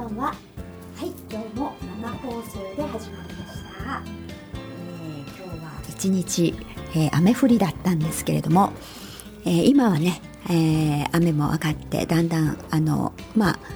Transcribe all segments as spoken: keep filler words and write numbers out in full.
んは。はい、今日も生放送で始まりました。えー、今日は一日、えー、雨降りだったんですけれども、えー、今はね、えー、雨も上がってだんだんあのまあ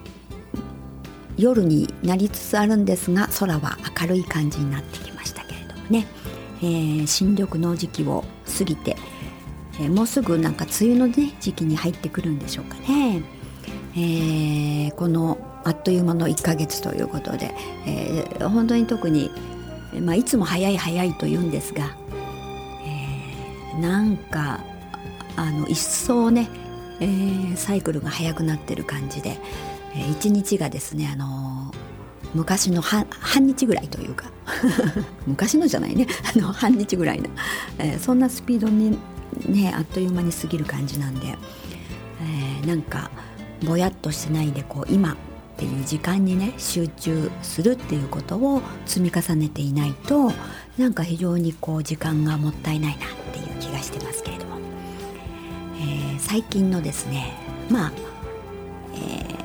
夜になりつつあるんですが、空は明るい感じになってきましたけれどもね、えー、新緑の時期を過ぎて、えー、もうすぐなんか梅雨の、ね、時期に入ってくるんでしょうかね。えー、このあっという間のいっかげつということで、えー、本当に特に、まあ、いつも早い早いと言うんですが、えー、なんかあの一層ね、えー、サイクルが早くなってる感じで、えー、いちにちがですね、あのー、昔の半, 半日ぐらいというか昔のじゃないねあの半日ぐらいの、えー、そんなスピードにねあっという間に過ぎる感じなんで、えー、なんかぼやっとしてないでこう今っていう時間にね集中するっていうことを積み重ねていないと、なんか非常にこう時間がもったいないなっていう気がしてますけれども、えー、最近のですねまあ、えー、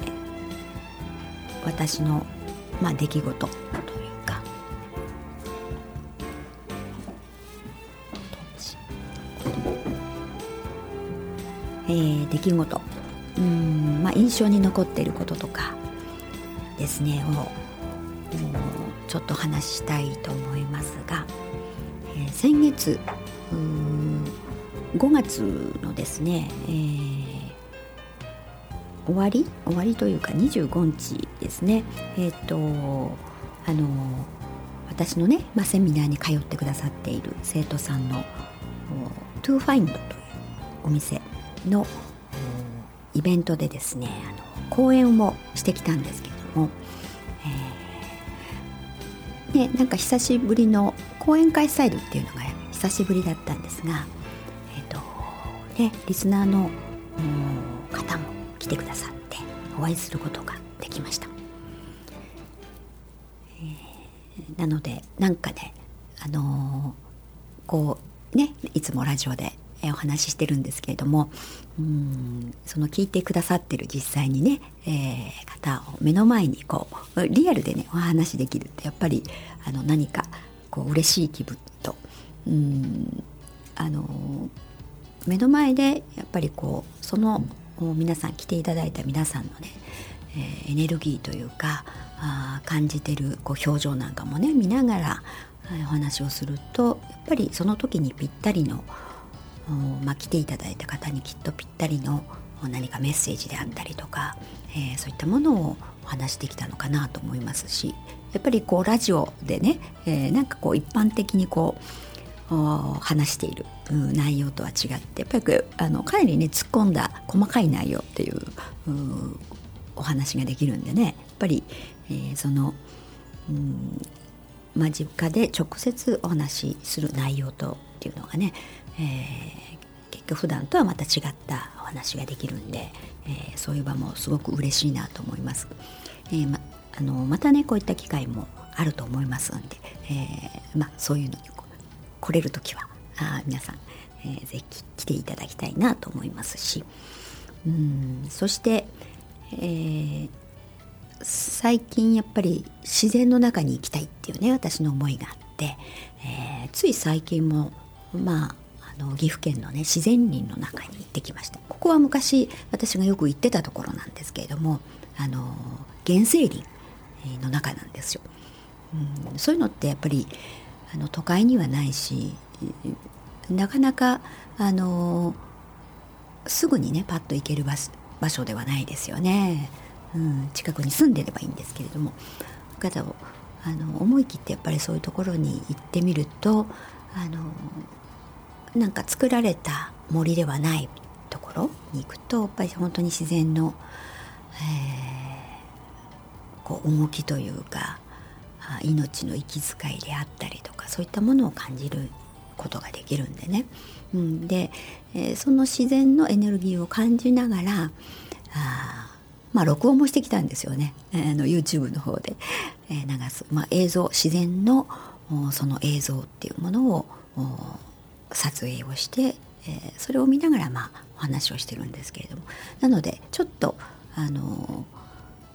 私の、まあ、出来事というかえー、出来事うーん、まあ、印象に残っていることとかですねをちょっと話したいと思いますが、えー、先月うーんごがつのですね、えー、終わり終わりというかにじゅうごにちですね、えっとあの私のね、まあ、セミナーに通ってくださっている生徒さんのトゥーファインドというお店のイベントでですね、あの講演をしてきたんですけども、えーね、なんか久しぶりの講演会スタイルっていうのが久しぶりだったんですが、えーとね、リスナーの方も来てくださってお会いすることができました。えー、なのでなんかね、あのー、こうねいつもラジオでお話ししてるんですけれども、うーんその聞いてくださってる実際にね、えー、方を目の前にこうリアルでねお話しできるってやっぱりあの何かこう嬉しい気分と、うーんあの目の前でやっぱりこうその皆さん来ていただいた皆さんのね、えー、エネルギーというかあ感じてるこう表情なんかもね見ながらお話をすると、やっぱりその時にぴったりのまあ、来ていただいた方にきっとぴったりの何かメッセージであったりとか、えー、そういったものをお話してきたのかなと思いますし、やっぱりこうラジオでね、えー、なんかこう一般的にこう話している内容とは違って、やっぱりあのかなりね突っ込んだ細かい内容っていう、うお話ができるんでね、やっぱり、えー、その、うん間近で直接お話しする内容とっていうのがね、えー、結局普段とはまた違ったお話ができるんで、えー、そういう場もすごく嬉しいなと思います。えー、ま, あのまたねこういった機会もあると思いますので、えーまあ、そういうのに来れるときはあ皆さん、えー、ぜひ来ていただきたいなと思いますし、うんそして、えー最近やっぱり自然の中に行きたいっていうね私の思いがあって、えー、つい最近もまああの岐阜県のね自然林の中に行ってきました。ここは昔私がよく行ってたところなんですけれども、あの原生林の中なんですよ。うん、そういうのってやっぱりあの都会にはないし、なかなかあのすぐにねパッと行ける場所、場所ではないですよね。うん、近くに住んでればいいんですけれども、方をあの思い切ってやっぱりそういうところに行ってみると、あのなんか作られた森ではないところに行くとやっぱり本当に自然の、えー、こう動きというか命の息遣いであったりとかそういったものを感じることができるんでね、うん、で、えー、その自然のエネルギーを感じながらあまあ、録音もしてきたんですよね、えー、の YouTube の方で、えー、流す、まあ、映像自然のその映像っていうものを撮影をして、えー、それを見ながら、まあ、お話をしてるんですけれども、なのでちょっとあの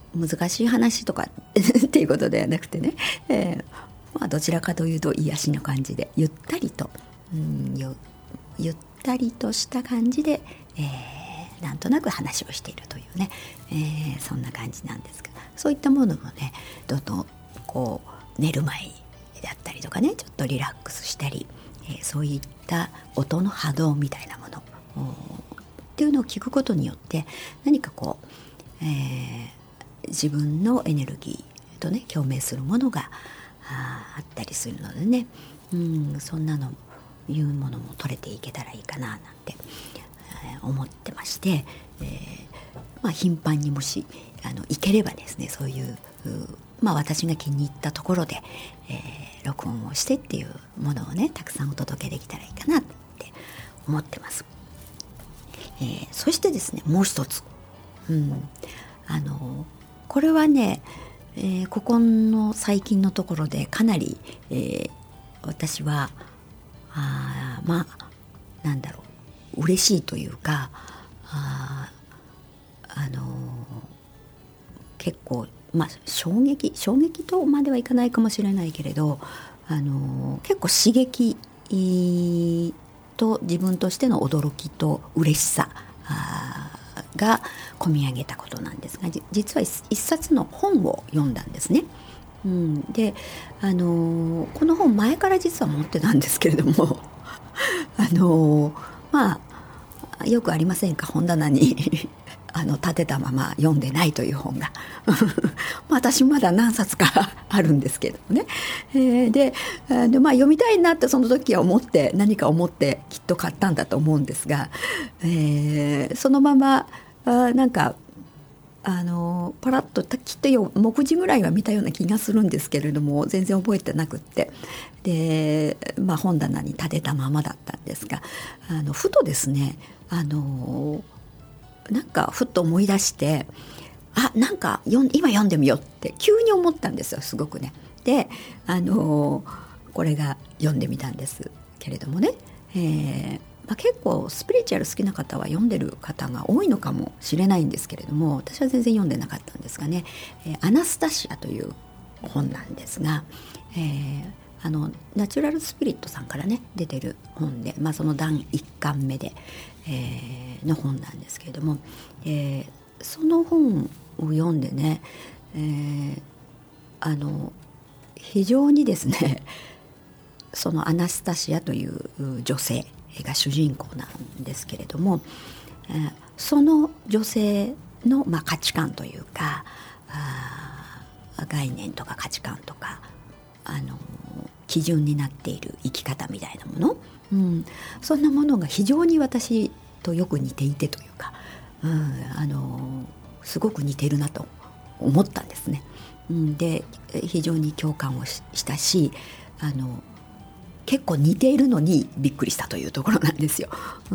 難しい話とかっていうことではなくてね、えーまあ、どちらかというと癒しの感じでゆったりと、うん、ゆ, ゆったりとした感じで、えー、なんとなく話をしているというね、えー、そんな感じなんですけど、そういったものもねどんどんこう寝る前だったりとかね、ちょっとリラックスしたり、えー、そういった音の波動みたいなものっていうのを聞くことによって何かこう、えー、自分のエネルギーとね共鳴するものが あ, あったりするのでね、うん、そんなのいうものも取れていけたらいいかななんて、えー、思ってまして、えーまあ、頻繁にもしあのいければですね、そういう、まあ、私が気に入ったところで、えー、録音をしてっていうものをねたくさんお届けできたらいいかなって思ってます。えー、そしてですねもう一つ、うん、あのこれはね、えー、ここの最近のところでかなり、えー、私はあまあなんだろう嬉しいというか、あ、あのー、結構まあ衝撃衝撃とまではいかないかもしれないけれど、あのー、結構刺激と自分としての驚きと嬉しさが込み上げたことなんですが、実は一冊の本を読んだんですね。うん、で、あのー、この本前から実は持ってたんですけれどもあのー、まあよくありませんか、本棚にあの立てたまま読んでないという本が私まだ何冊かあるんですけどね、えー、であの、まあ、読みたいなってその時は思って何か思ってきっと買ったんだと思うんですが、えー、そのままあなんかあのパラッときっと目次ぐらいは見たような気がするんですけれども全然覚えてなくって、で、まあ、本棚に立てたままだったんですが、あのふとですねあのなんかふっと思い出して、あなんか今読んでみようって急に思ったんですよ、すごくね。であのこれが読んでみたんですけれどもね、えーまあ、結構スピリチュアル好きな方は読んでる方が多いのかもしれないんですけれども、私は全然読んでなかったんですがね、えー、アナスタシアという本なんですが、えー、あのナチュラルスピリットさんからね出てる本で、まあ、そのだんいっかんめで、えー、の本なんですけれども、えー、その本を読んでね、えー、あの非常にですねそのアナスタシアという女性が主人公なんですけれども、えー、その女性の、まあ、価値観というかあ概念とか価値観とかあの基準になっている生き方みたいなもの、うん、そんなものが非常に私とよく似ていてというか、うん、あのすごく似てるなと思ったんですね。うん、で非常に共感を し, したしあの結構似ているのにびっくりしたというところなんですよ。うん、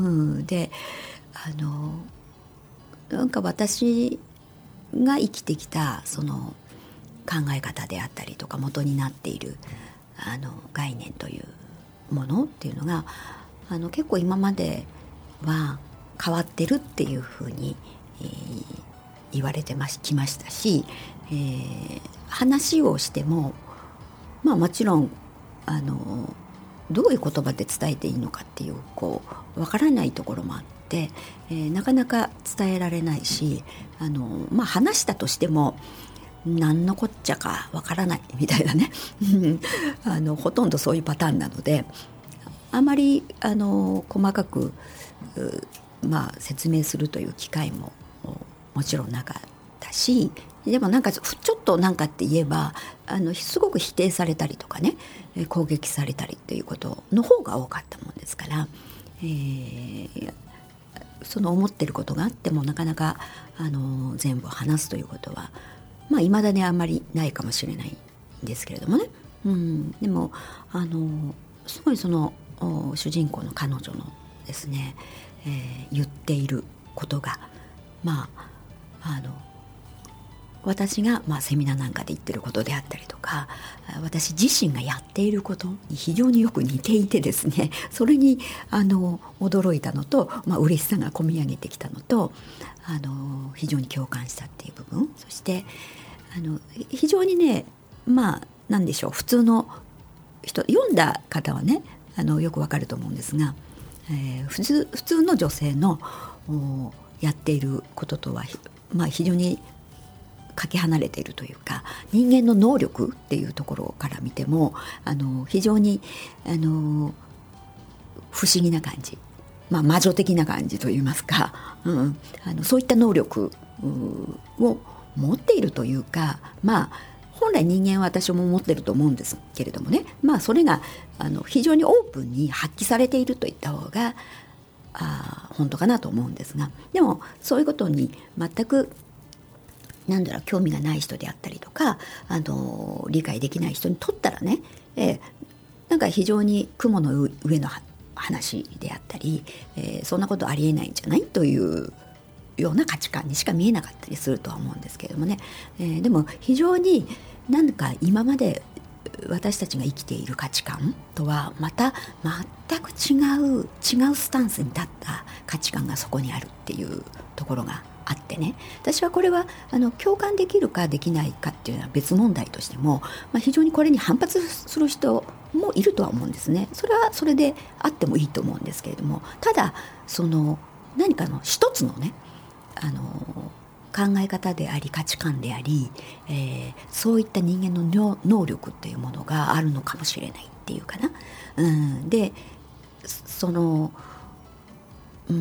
であのなんか私が生きてきたその考え方であったりとか元になっているあの概念というものっていうのがあの結構今までは変わってるっていうふうに、えー、言われてましきましたし、えー、話をしてもまあもちろんあのどういう言葉で伝えていいのかっていうこうわからないところもあって、えー、なかなか伝えられないしあの、まあ、話したとしても何のこっちゃかわからないみたいなねあのほとんどそういうパターンなのであまりあの細かく、まあ、説明するという機会ももちろんなかったし、でもなんかちょっとなんかって言えばあのすごく否定されたりとかね攻撃されたりっていうことの方が多かったもんですから、えー、その思ってることがあってもなかなかあの全部話すということはまあ未だにあんまりないかもしれないんですけれどもね、うん、でもあのすごいその主人公の彼女のですね、えー、言っていることがまああの私がまあセミナーなんかで言ってることであったりとか、私自身がやっていることに非常によく似ていてですね、それにあの驚いたのと、まあ嬉しさがこみ上げてきたのと、あの非常に共感したっていう部分、そしてあの非常にね、まあ何でしょう、普通の人、読んだ方はねあのよくわかると思うんですが、えー、普通普通の女性のやっていることとは、まあ、非常にかけ離れているというか、人間の能力っていうところから見てもあの非常にあの不思議な感じ、まあ、魔女的な感じといいますか、うん、あのそういった能力を持っているというか、まあ本来人間は私も持ってると思うんですけれどもね、まあそれがあの非常にオープンに発揮されているといった方があ本当かなと思うんですが、でもそういうことに全くなんだろう興味がない人であったりとか、あの理解できない人にとったらね、えー、なんか非常に雲の上の話であったり、えー、そんなことありえないんじゃないというような価値観にしか見えなかったりするとは思うんですけれどもね、えー、でも非常になんか今まで私たちが生きている価値観とはまた全く違う違うスタンスに立った価値観がそこにあるっていうところがあってね、私はこれはあの共感できるかできないかっていうのは別問題としても、まあ、非常にこれに反発する人もいるとは思うんですね。それはそれであってもいいと思うんですけれども、ただその何かの一つのねあの考え方であり価値観であり、えー、そういった人間の能力っていうものがあるのかもしれないっていうかな、うん、でその、うん、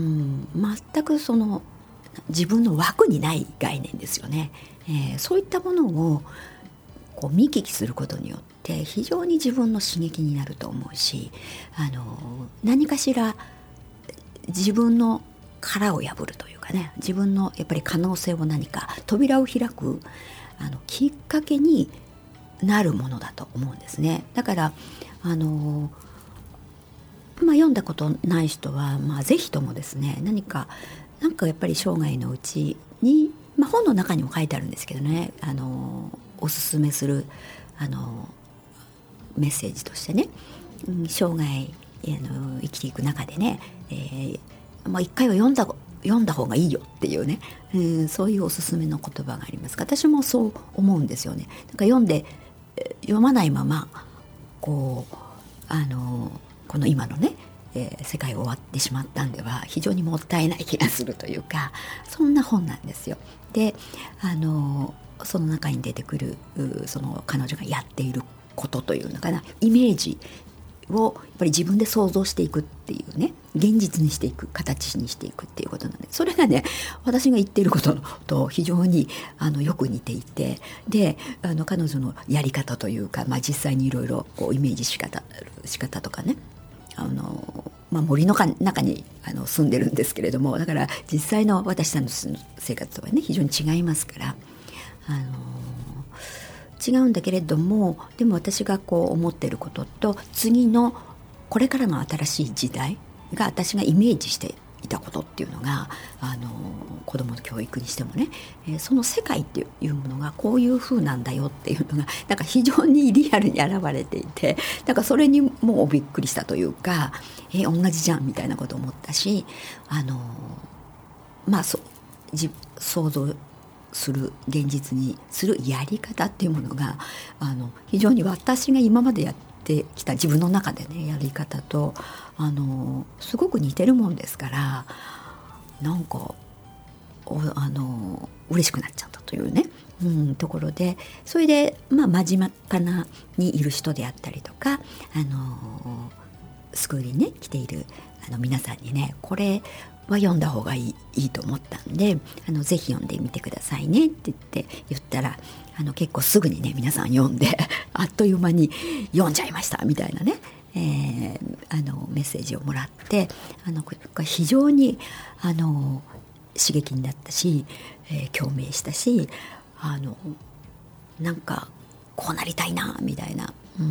全くその自分の枠にない概念ですよね、えー、そういったものをこう見聞きすることによって非常に自分の刺激になると思うし、あの何かしら自分の殻を破るというかね、自分のやっぱり可能性を何か扉を開くあのきっかけになるものだと思うんですね。だからあの、まあ、読んだことない人は、まあ、ぜひともですね、何かなんかやっぱり生涯のうちに、まあ、本の中にも書いてあるんですけどね、あのおすすめするあのメッセージとしてね、うん、生涯あの生きていく中でね、えーまあ、一回は読んだ読んだ方がいいよっていうね、うん、そういうおすすめの言葉がありますが、私もそう思うんですよね。なんか読んで読まないままこうあのこの今のね、えー、世界終わってしまったんでは非常にもったいない気がするというか、そんな本なんですよ。であのその中に出てくるその彼女がやっていることというのかな、イメージをやっぱり自分で想像していくっていうね、現実にしていく、形にしていくっていうことなんで、それがね私が言っていることと非常にあのよく似ていて、であの彼女のやり方というか、まあ、実際にいろいろイメージし方仕方とかね、あの、まあ、森の中にあの住んでるんですけれども、だから実際の私たちの生活とはね非常に違いますから、あの違うんだけれども、でも私がこう思っていることと、次のこれからの新しい時代が私がイメージしていたことっていうのが、あの子どもの教育にしてもね、えー、その世界っていうものがこういう風なんだよっていうのがなんか非常にリアルに現れていて、だからそれにもうびっくりしたというか、えー、同じじゃんみたいなことを思ったし、あのまあそじ想像する、現実にするやり方っていうものがあの非常に私が今までやってきた自分の中でねやり方とあのすごく似てるもんですから、なんかあの嬉しくなっちゃったというね、うん、ところで、それで、まあ、真面目なにいる人であったりとか、あのスクールにね来ているあの皆さんにね、これは読んだ方がいい、いいと思ったんで、あのぜひ読んでみてくださいねって言って言ったら、あの結構すぐにね皆さん読んであっという間に読んじゃいましたみたいなね、えー、あのメッセージをもらって、あのこれ非常にあの刺激になったし、えー、共鳴したし、あのなんかこうなりたいなみたいな、うん、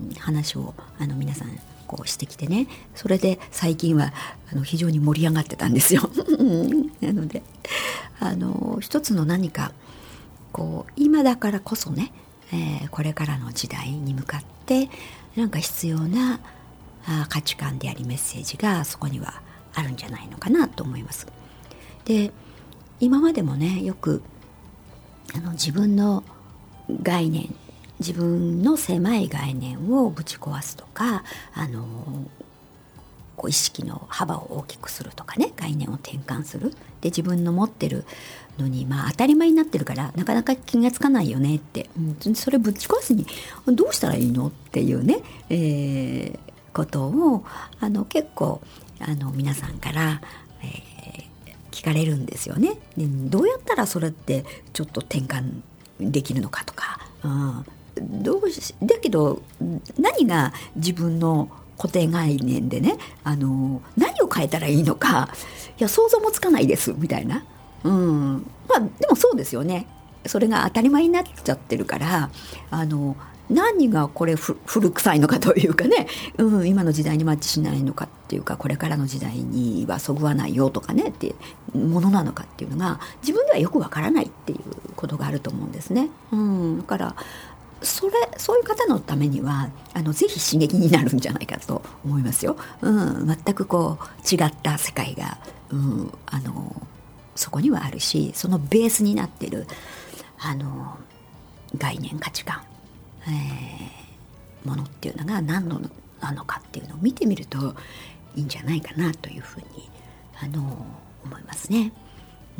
話をあの皆さんこうしてきてね、それで最近はあの非常に盛り上がってたんですよなのであの一つの何かこう今だからこそね、えー、これからの時代に向かってなんか必要なあ価値観でありメッセージがそこにはあるんじゃないのかなと思います。で、今までもねよくあの自分の概念、自分の狭い概念をぶち壊すとか、あのこう意識の幅を大きくするとかね、概念を転換する。で、自分の持ってるのに、まあ、当たり前になってるからなかなか気がつかないよねって、うん、それぶち壊すにどうしたらいいのっていうね、えー、ことをあの結構あの皆さんから、えー、聞かれるんですよね。で、どうやったらそれってちょっと転換できるのかとか、うん、どうしだけど何が自分の固定概念でね、あの何を変えたらいいのか、いや想像もつかないですみたいな、うん、まあでもそうですよね。それが当たり前になっちゃってるから、あの何がこれふ古臭いのかというかね、うん、今の時代にマッチしないのかっていうか、これからの時代にはそぐわないよとかねっていうものなのかっていうのが自分ではよくわからないっていうことがあると思うんですね。うん、だからそれそういう方のためにはあのぜひ刺激になるんじゃないかと思いますよ。うん、全くこう違った世界が、うん、あのそこにはあるし、そのベースになっているあの概念、価値観、えー、ものっていうのが何のなのかっていうのを見てみるといいんじゃないかなというふうにあの思いますね。うん、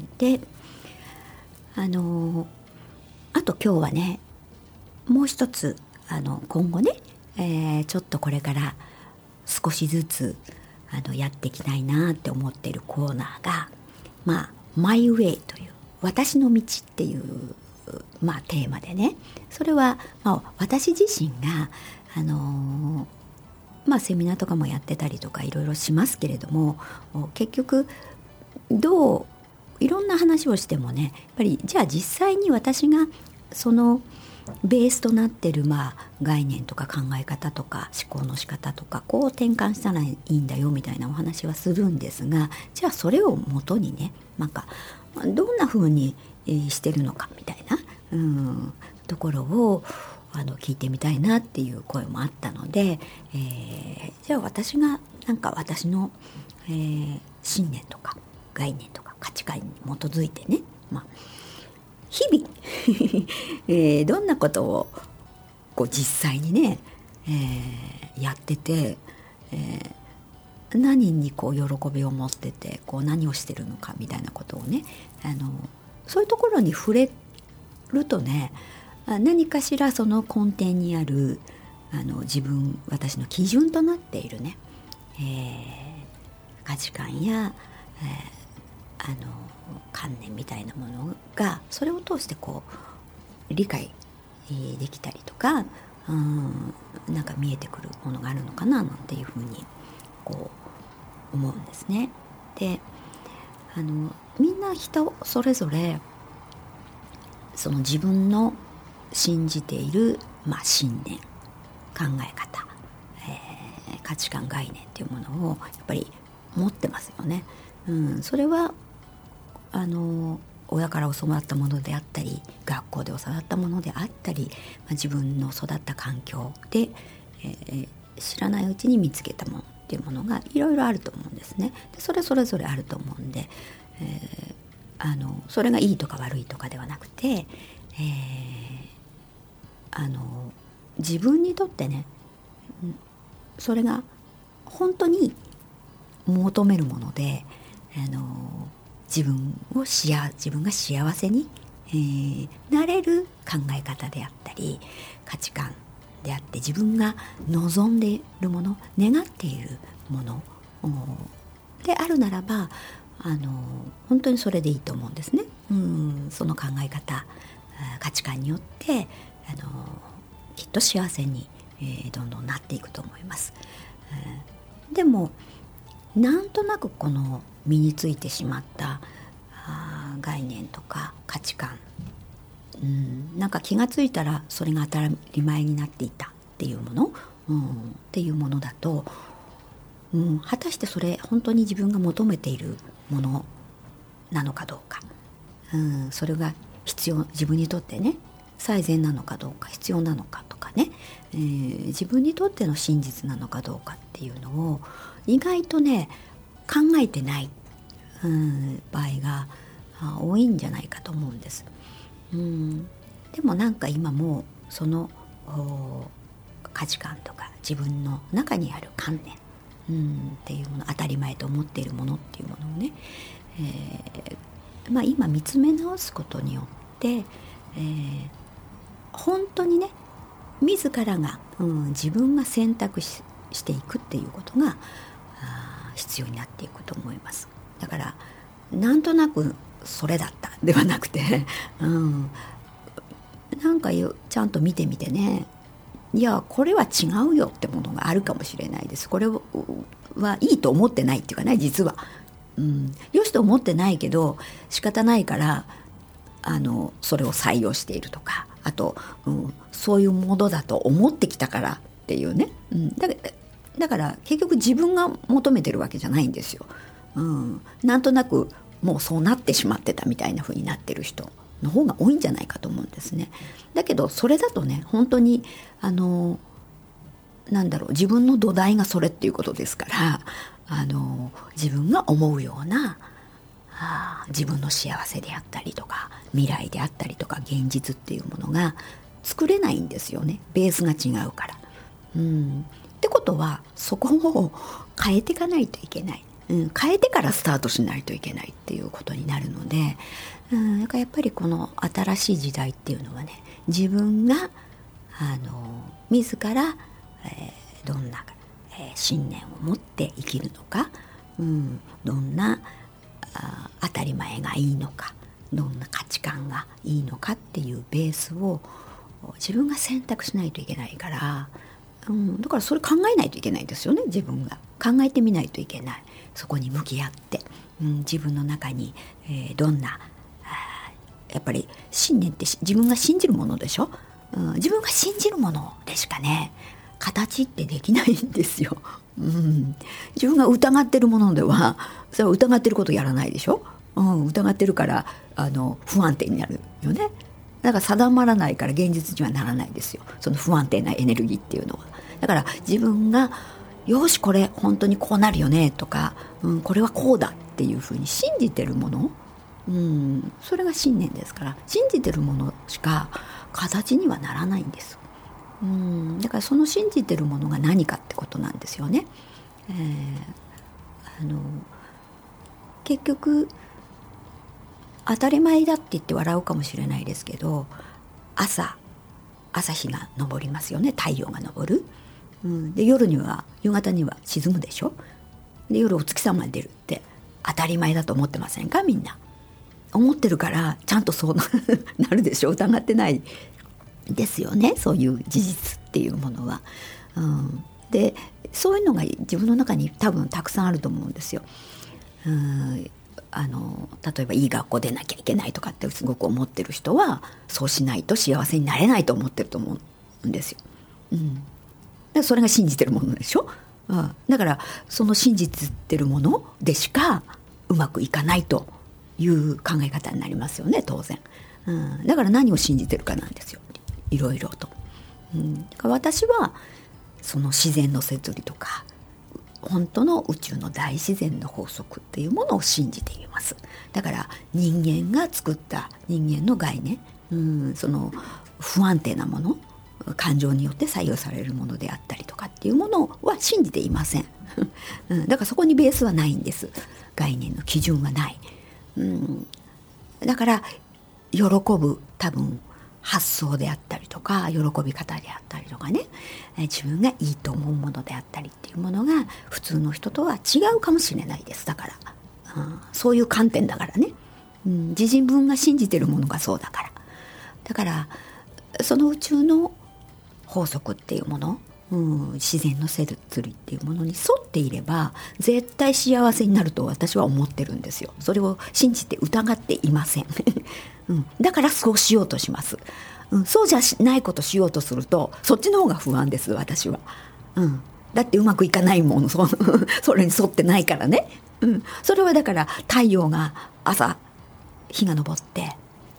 で、あのあと今日はね、もう一つあの今後ね、えー、ちょっとこれから少しずつあのやっていきたいなって思っているコーナーが、まあマイウェイという私の道っていう、まあ、テーマでね、それは、まあ、私自身があのー、まあセミナーとかもやってたりとかいろいろしますけれども、結局どういろんな話をしてもね、やっぱりじゃあ実際に私がそのベースとなってる、まあ概念とか考え方とか思考の仕方とか、こう転換したらいいんだよみたいなお話はするんですが、じゃあそれをもとにね、なんかどんな風にしてるのかみたいな、うん、ところをあの聞いてみたいなっていう声もあったので、えー、じゃあ私がなんか私の、えー、信念とか概念とか価値観に基づいてね、まあ日々、えー、どんなことをこう実際にね、えー、やってて、えー、何にこう喜びを持っててこう何をしてるのかみたいなことをね、あのそういうところに触れるとね、何かしらその根底にあるあの自分、私の基準となっているね、えー、価値観や、えー、あの観念みたいなものがそれを通してこう理解できたりとか、うん、なんか見えてくるものがあるのかななんていうふうにこう思うんですね。で、あのみんな人それぞれその自分の信じている、まあ、信念、考え方、えー、価値観、概念っていうものをやっぱり持ってますよね。うん、それはあの親から教わったものであったり、学校で教わったものであったり、まあ、自分の育った環境で、えー、知らないうちに見つけたものっていうものがいろいろあると思うんですね。でそれそれぞれあると思うんで、えー、あのそれがいいとか悪いとかではなくて、えー、あの自分にとってね、それが本当に求めるもので、あの自分をしや自分が幸せに、えー、なれる考え方であったり価値観であって、自分が望んでいるもの、願っているものであるならば、あの本当にそれでいいと思うんですね。うん、その考え方、価値観によってあのきっと幸せに、えー、どんどんなっていくと思います。えー、でもなんとなくこの身についてしまったあ概念とか価値観、うん、なんか気がついたらそれが当たり前になっていたっていうもの、うん、っていうものだと、うん、果たしてそれ本当に自分が求めているものなのかどうか、うん、それが必要、自分にとってね最善なのかどうか、必要なのかとかね、えー、自分にとっての真実なのかどうかっていうのを意外とね考えてない、うん、場合が多いんじゃないかと思うんです。うん、でもなんか今もうその価値観とか自分の中にある観念、うん、っていうもの、当たり前と思っているものっていうものをね、えーまあ、今見つめ直すことによって、えー、本当にね自らが、うん、自分が選択 し, していくっていうことが必要になっていくと思います。だからなんとなくそれだったではなくて、うん、なんかちゃんと見てみてね、いやこれは違うよってものがあるかもしれないです。これはいいと思ってないっていうかね、実は、うん、よしと思ってないけど仕方ないからあのそれを採用しているとか、あと、うん、そういうものだと思ってきたからっていうね、うん、だから、だから結局自分が求めてるわけじゃないんですよ、うん、なんとなくもうそうなってしまってたみたいな風になってる人の方が多いんじゃないかと思うんですね。だけどそれだとね本当にあのなんだろう、自分の土台がそれっていうことですから、あの自分が思うようなあ自分の幸せであったりとか未来であったりとか現実っていうものが作れないんですよね、ベースが違うから。うん、ってことはそこを変えていかないといけない、うん、変えてからスタートしないといけないっていうことになるので、うん、やっぱりこの新しい時代っていうのはね、自分があの自ら、えー、どんな、えー、信念を持って生きるのか、うん、どんなあ当たり前がいいのか、どんな価値観がいいのかっていうベースを自分が選択しないといけないから、うん、だからそれ考えないといけないですよね。自分が考えてみないといけない。そこに向き合って、うん、自分の中に、えー、どんなやっぱり信念って自分が信じるものでしょ、うん、自分が信じるものでしかね形ってできないんですよ、うん、自分が疑ってるものではそれは疑ってることやらないでしょ、うん、疑ってるからあの不安定になるよね。だから定まらないから現実にはならないですよ、その不安定なエネルギーっていうのは。だから自分がよしこれ本当にこうなるよねとか、うん、これはこうだっていうふうに信じてるもの、うん、それが信念ですから、信じてるものしか形にはならないんです、うん、だからその信じてるものが何かってことなんですよね、えー、あの結局当たり前だって言って笑うかもしれないですけど、朝朝日が昇りますよね、太陽が昇る、うん、で夜には夕方には沈むでしょ。で夜お月様が出るって当たり前だと思ってませんか？みんな思ってるからちゃんとそうなるでしょ。疑ってないですよね、そういう事実っていうものは、うん、でそういうのが自分の中に多分たくさんあると思うんですよ。うん、あの例えばいい学校出なきゃいけないとかってすごく思ってる人はそうしないと幸せになれないと思ってると思うんですよ、うん、でそれが信じてるものでしょ、うん、だからその信じてるものでしかうまくいかないという考え方になりますよね、当然、うん、だから何を信じてるかなんですよ、いろいろと、うん、だから私はその自然の摂理とか本当の宇宙の大自然の法則っていうものを信じています。だから人間が作った人間の概念、うん、その不安定なもの、感情によって左右されるものであったりとかっていうものは信じていません、うん、だからそこにベースはないんです。概念の基準はない、うん、だから喜ぶ多分発想であったりとか喜び方であったりとかね、自分がいいと思うものであったりっていうものが普通の人とは違うかもしれないです。だから、うん、そういう観点だからね、うん、自分が信じてるものがそうだから、だからその宇宙の法則っていうもの、うん、自然の摂理っていうものに沿っていれば絶対幸せになると私は思ってるんですよ。それを信じて疑っていません、うん、だからそうしようとします、うん、そうじゃないことしようとするとそっちの方が不安です私は、うん、だってうまくいかないもの そ, それに沿ってないからね、うん、それはだから太陽が朝日が昇って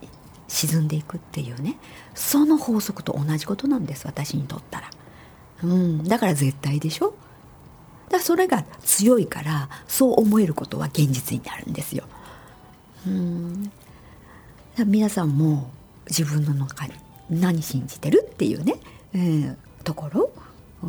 沈んでいくっていうね、その法則と同じことなんです、私にとったら。うん、だから絶対でしょ。だからそれが強いからそう思えることは現実になるんですよ。うん、だから皆さんも自分の中に何信じてるっていうね、えー、ところ、うん、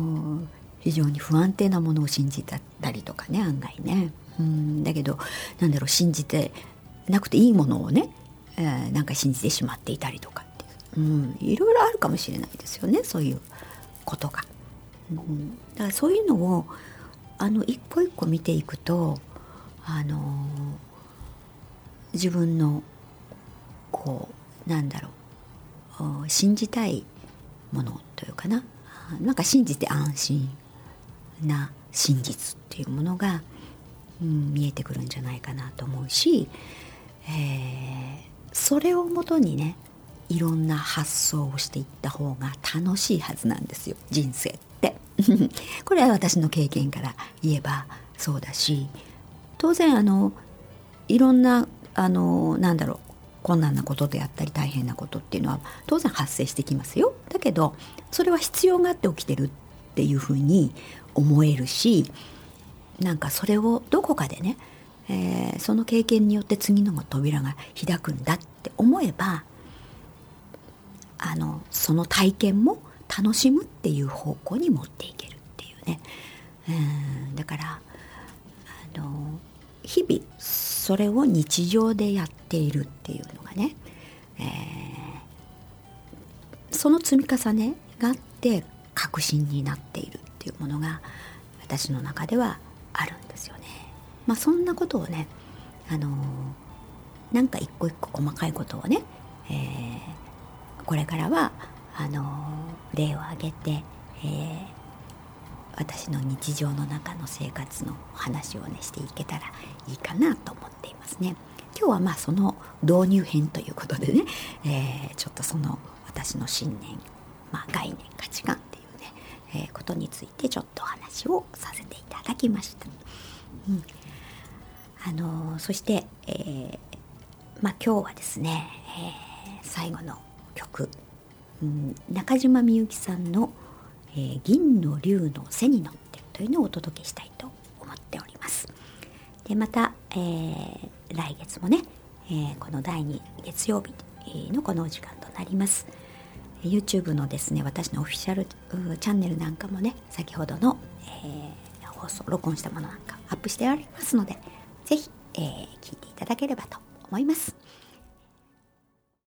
非常に不安定なものを信じたりとかね、案外ね。うん、だけどなんだろう、信じてなくていいものをね、えー、なんか信じてしまっていたりとかっていう、うん、いろいろあるかもしれないですよね、そういうことが。うん、だからそういうのをあの一個一個見ていくと、あのー、自分のこうなんだろう、信じたいものというかな、なんか信じて安心な真実っていうものが、うん、見えてくるんじゃないかなと思うし、えー、それをもとにね、いろんな発想をしていった方が楽しいはずなんですよ、人生ってこれは私の経験から言えばそうだし、当然あのいろんなあのなんだろう、困難なことであったり大変なことっていうのは当然発生してきますよ。だけどそれは必要があって起きてるっていうふうに思えるし、なんかそれをどこかでね、えー、その経験によって次の扉が開くんだって思えば、あのその体験も楽しむっていう方向に持っていけるっていうね。うん、だからあの日々それを日常でやっているっていうのがね、えー、その積み重ねがあって確信になっているっていうものが私の中ではあるんですよね。まあそんなことをね、あのなんか一個一個細かいことをね、えー、これからはあの例を挙げて、えー、私の日常の中の生活の話をねしていけたらいいかなと思っていますね。今日はまあその導入編ということでね、えー、ちょっとその私の信念、まあ、概念価値観っていうね、えー、ことについてちょっとお話をさせていただきました。うん、あのー、そして、えーまあ、今日はですね、えー、最後の曲、うん、中島みゆきさんの、えー、銀の龍の背に乗ってというのをお届けしたいと思っております。でまた、えー、来月もね、えー、このだいに月曜日のこのお時間となります。 YouTube のですね、私のオフィシャルチャンネルなんかもね、先ほどの、えー、放送録音したものなんかアップしてありますので、ぜひ、えー、聞いていただければと思います。